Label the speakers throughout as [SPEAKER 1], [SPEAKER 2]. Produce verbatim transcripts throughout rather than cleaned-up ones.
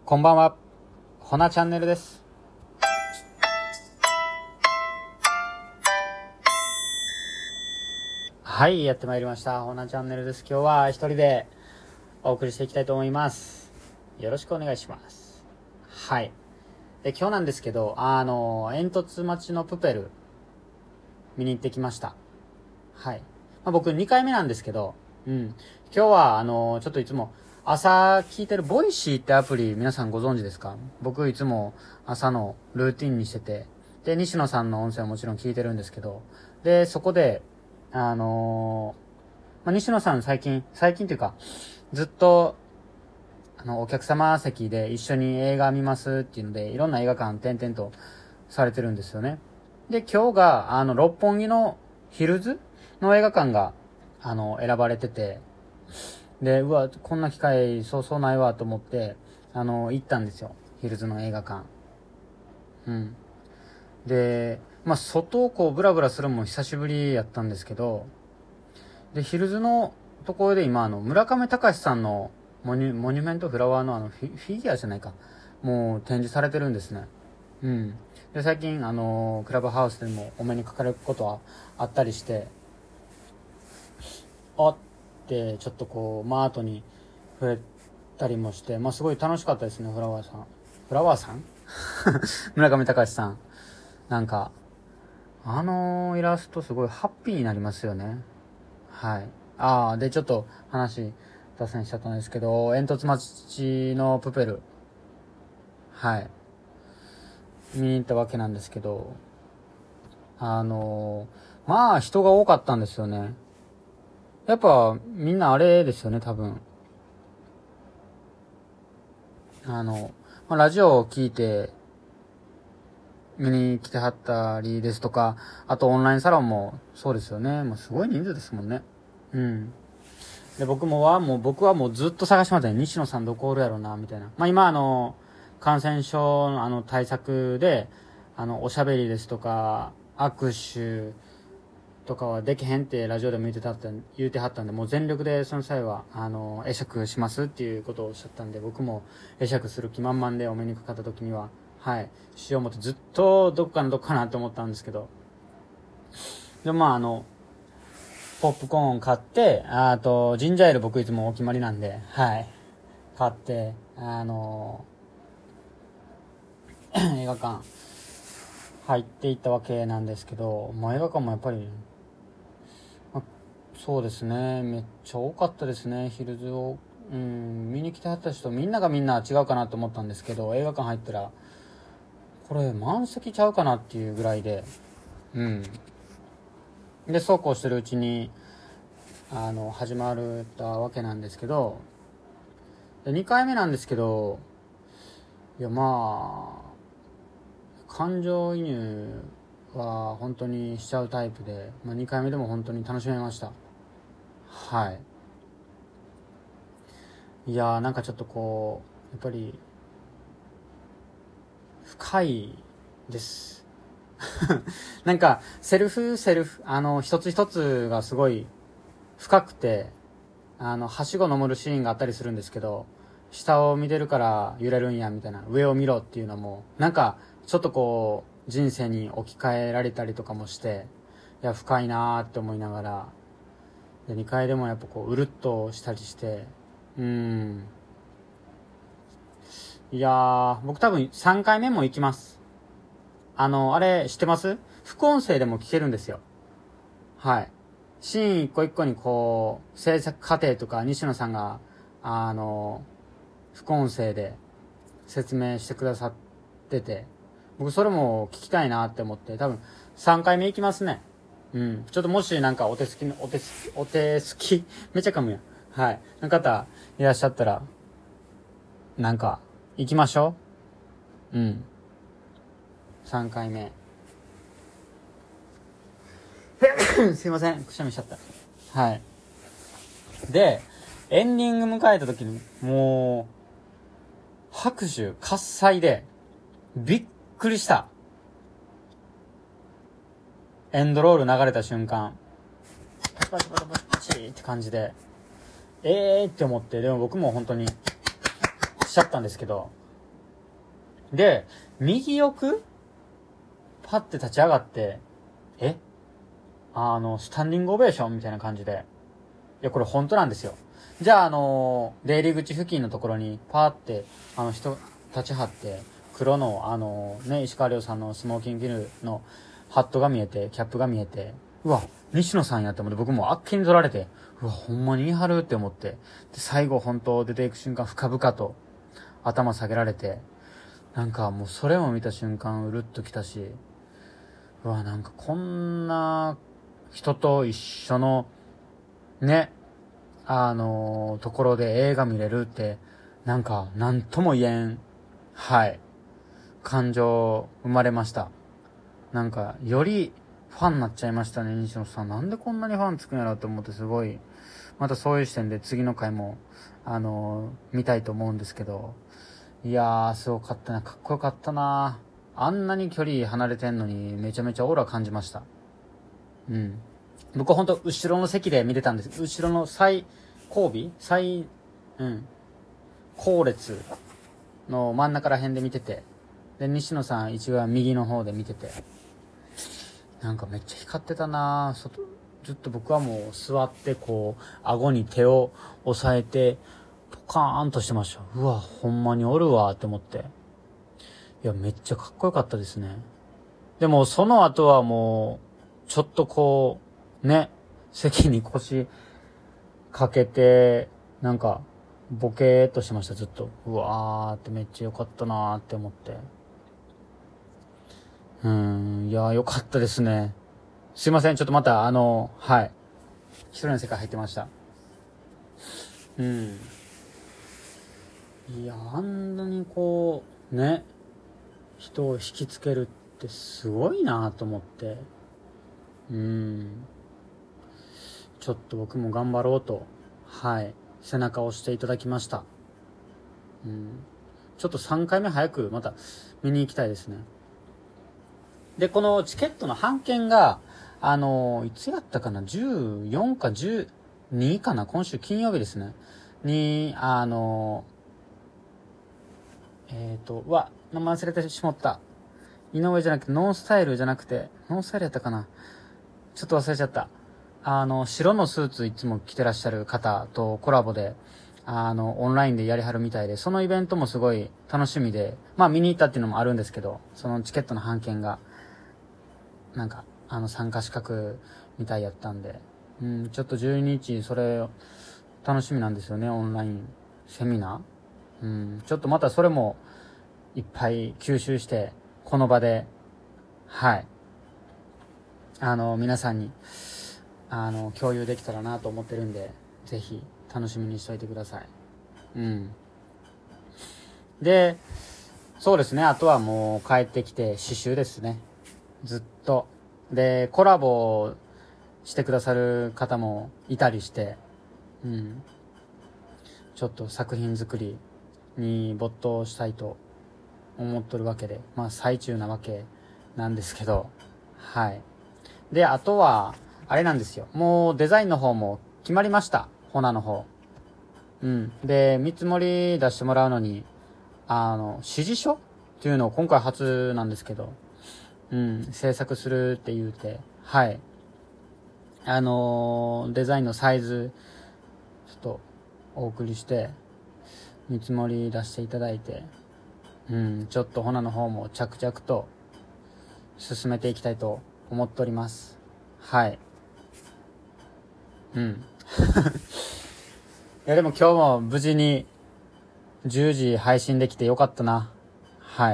[SPEAKER 1] こんばんは、ほなチャンネルです。はい、やってまいりました。ほなチャンネルです。今日は一人でお送りしていきたいと思います。よろしくお願いします。はい。で、今日なんですけど、あの、煙突町のプペル、見に行ってきました。はい。まあ、僕にかいめなんですけど、うん。今日は、あの、ちょっといつも、朝聞いてるボイシーってアプリ皆さんご存知ですか？僕いつも朝のルーティンにしてて、で、西野さんの音声はもちろん聞いてるんですけど、で、そこで、あのー、まあ、西野さん最近、最近というか、ずっと、あの、お客様席で一緒に映画見ますっていうので、いろんな映画館転々とされてるんですよね。で、今日が、あの、六本木のヒルズの映画館が、あの、選ばれてて、で、うわ、こんな機会そうそうないわと思って、あの、行ったんですよ。ヒルズの映画館。うん。で、まあ、外をこう、ブラブラするのも久しぶりやったんですけど、で、ヒルズのところで今、あの、村上隆さんのモニュ、モニュメントフラワーのあのフィ、フィギュアじゃないか。もう展示されてるんですね。うん。で、最近、あの、クラブハウスでもお目にかかることはあったりして、あってちょっとこうマートに触れたりもして、まあすごい楽しかったですね。フラワーさんフラワーさん村上隆さん、なんかあのイラストすごいハッピーになりますよね。はい。ああ、でちょっと話脱線しちゃったんですけど、煙突町のプペル、はい見に行ったわけなんですけど、あのー、まあ人が多かったんですよね。やっぱみんなあれですよね、多分。あの、まあ、ラジオを聞いて見に来てはったりですとか、あとオンラインサロンもそうですよね。もうすごい人数ですもんね。うん。で、僕もは、もう僕はもうずっと探しましたね。西野さんどこおるやろうな、みたいな。まあ今あの、感染症のあの対策で、あの、おしゃべりですとか、握手、とかはできへんってラジオでも言ってたって言ってはったんで、もう全力でその際はあの会釈しますっていうことをおっしゃったんで、僕も会釈する気満々でお目にかかった時には、はいしよう思ってずっとどっかのどっかなと思ったんですけど、でもまああのポップコーン買って、あとジンジャーエール僕いつもお決まりなんで、はい買って、あの映画館入っていったわけなんですけど、もう映画館もやっぱりそうですね、めっちゃ多かったですね。ヒルズを、うん、見に来てはった人みんながみんな違うかなと思ったんですけど、映画館入ったらこれ満席ちゃうかなっていうぐらいで、うんでそうこうしてるうちにあの始まったわけなんですけど、でにかいめなんですけど、いやまあ感情移入は本当にしちゃうタイプで、まあ、にかいめでも本当に楽しめました。はい。いやーなんかちょっとこうやっぱり深いですなんかセルフセルフあの一つ一つがすごい深くて、あのはしご登るシーンがあったりするんですけど、下を見てるから揺れるんやみたいな、上を見ろっていうのもなんかちょっとこう人生に置き換えられたりとかもして、いや深いなーって思いながら、でにかいでもやっぱこううるっとしたりして、うーんいやー僕多分さんかいめも行きます。あのあれ知ってます？副音声でも聞けるんですよ。はい。シーン一個一個にこう制作過程とか西野さんがあの副音声で説明してくださってて、僕それも聞きたいなって思って多分さんかいめ行きますね。うん。ちょっともしなんかお手すきのお手すきお手すきめっちゃ噛むやん。はい。の方いらっしゃったらなんか行きましょう。うん。さんかいめすいません、くしゃみしちゃった。はい。で、エンディング迎えた時に、もう、拍手喝采で、びっくりした。エンドロール流れた瞬間、パチパチパチパチって感じで、えーって思って、でも僕も本当に、しちゃったんですけど、 で、右奥パッて立ち上がって、えあの、スタンディングオベーションみたいな感じで。いや、これ本当なんですよ。じゃあ、あの、出入り口付近のところに、パーって、あの人、立ち張って、黒の、あの、ね、石川遼さんのスモーキングルのハットが見えて、キャップが見えて、うわ、西野さんやって思って、僕もあっけに取られて、うわ、ほんまに言い張るって思って、で、最後本当出ていく瞬間、深々と、頭下げられて、なんかもうそれも見た瞬間、うるっときたし、うわ、なんかこんな、人と一緒の、ね、あのー、ところで映画見れるって、なんか、なんとも言えん、はい、感情生まれました。なんか、よりファンになっちゃいましたね、西野さん。なんでこんなにファンつくんやろうと思ってすごい、またそういう視点で次の回も、あのー、見たいと思うんですけど、いやー、すごかったな、かっこよかったな。あんなに距離離れてんのにめちゃめちゃオーラ感じました。うん。僕はほんと後ろの席で見てたんです。後ろの最後尾最、うん。後列の真ん中ら辺で見てて。で、西野さん一番右の方で見てて。なんかめっちゃ光ってたなぁ。外、ずっと僕はもう座ってこう、顎に手を押さえて、ポカーンとしてました。うわ、ほんまにおるわって思って。いや、めっちゃかっこよかったですね。でもその後はもう、ちょっとこう、ね、席に腰かけて、なんか、ボケーっとしてました、ずっと。うわーってめっちゃよかったなーって思って。うーん、いやーよかったですね。すいません、ちょっとまた、あの、はい。一人の世界入ってました。うん。いや、あんなにこう、ね、人を引きつけるってすごいなと思って。うん。ちょっと僕も頑張ろうと、はい、背中を押していただきました。うん。ちょっとさんかいめ早くまた見に行きたいですね。で、このチケットの半券が、あの、いつやったかな ?じゅうよん かじゅうにかな今週金曜日ですね。に、あの、えっ、ー、と、うわ、名前忘れてしまった。井上じゃなくて、ノンスタイルじゃなくて、ノンスタイルやったかなちょっと忘れちゃった。あの、白のスーツいつも着てらっしゃる方とコラボで、あの、オンラインでやりはるみたいで、そのイベントもすごい楽しみで、まあ見に行ったっていうのもあるんですけど、そのチケットの半券が、なんか、あの、参加資格みたいやったんで、うん、ちょっとじゅうににち、それ、楽しみなんですよね、オンラインセミナー。うん、ちょっとまたそれも、いっぱい吸収して、この場で、はい、あの、皆さんに、あの、共有できたらなと思ってるんで、ぜひ、楽しみにしといてください。うん。で、そうですね、あとはもう帰ってきて刺繍ですね。ずっと。で、コラボしてくださる方もいたりして、うん。ちょっと作品作りに没頭したいと思っとるわけで、まあ最中なわけなんですけど、はい。で、あとは、あれなんですよ。もうデザインの方も決まりました。ホナの方。うん。で、見積もり出してもらうのに、あの、指示書っていうのを今回初なんですけど、うん、制作するって言うて、はい。あのー、デザインのサイズ、ちょっとお送りして、見積もり出していただいて、うん、ちょっとホナの方も着々と進めていきたいと思っております。はい。うん。いやでも今日も無事にじゅうじ配信できてよかったな。はい。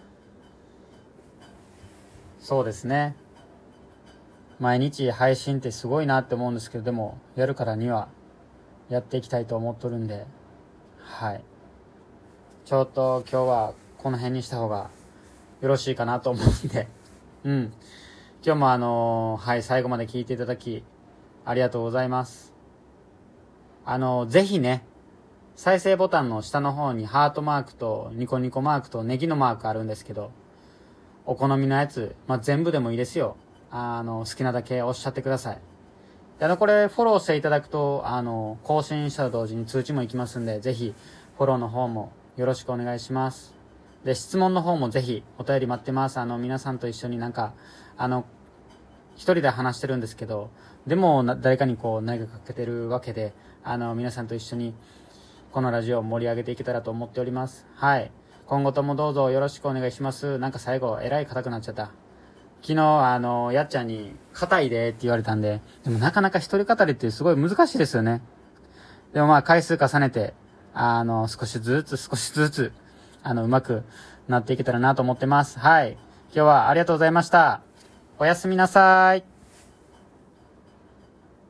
[SPEAKER 1] そうですね。毎日配信ってすごいなって思うんですけど、でもやるからにはやっていきたいと思っとるんで、はい。ちょっと今日はこの辺にした方がよろしいかなと思うんで、うん。今日もあのー、はい、最後まで聞いていただきありがとうございます。あのー、ぜひね、再生ボタンの下の方にハートマークとニコニコマークとネギのマークあるんですけど、お好みのやつ、まあ、全部でもいいですよ。あの、好きなだけおっしゃってください。で、あの、これフォローしていただくと、あの、更新したと同時に通知も行きますんで、ぜひフォローの方もよろしくお願いします。 で、質問の方もぜひお便り待ってます。あの、皆さんと一緒になんか、あの、一人で話してるんですけど、でも誰かにこう投げかけてるわけで、あの、皆さんと一緒にこのラジオを盛り上げていけたらと思っております。はい。今後ともどうぞよろしくお願いします。なんか最後、えらい硬くなっちゃった。昨日、あの、やっちゃんに、硬いでって言われたんで、でもなかなか一人語りってすごい難しいですよね。でもまあ、回数重ねて、あの、少しずつ少しずつ、あの、うまくなっていけたらなと思ってます。はい。今日はありがとうございました。おやすみなさい。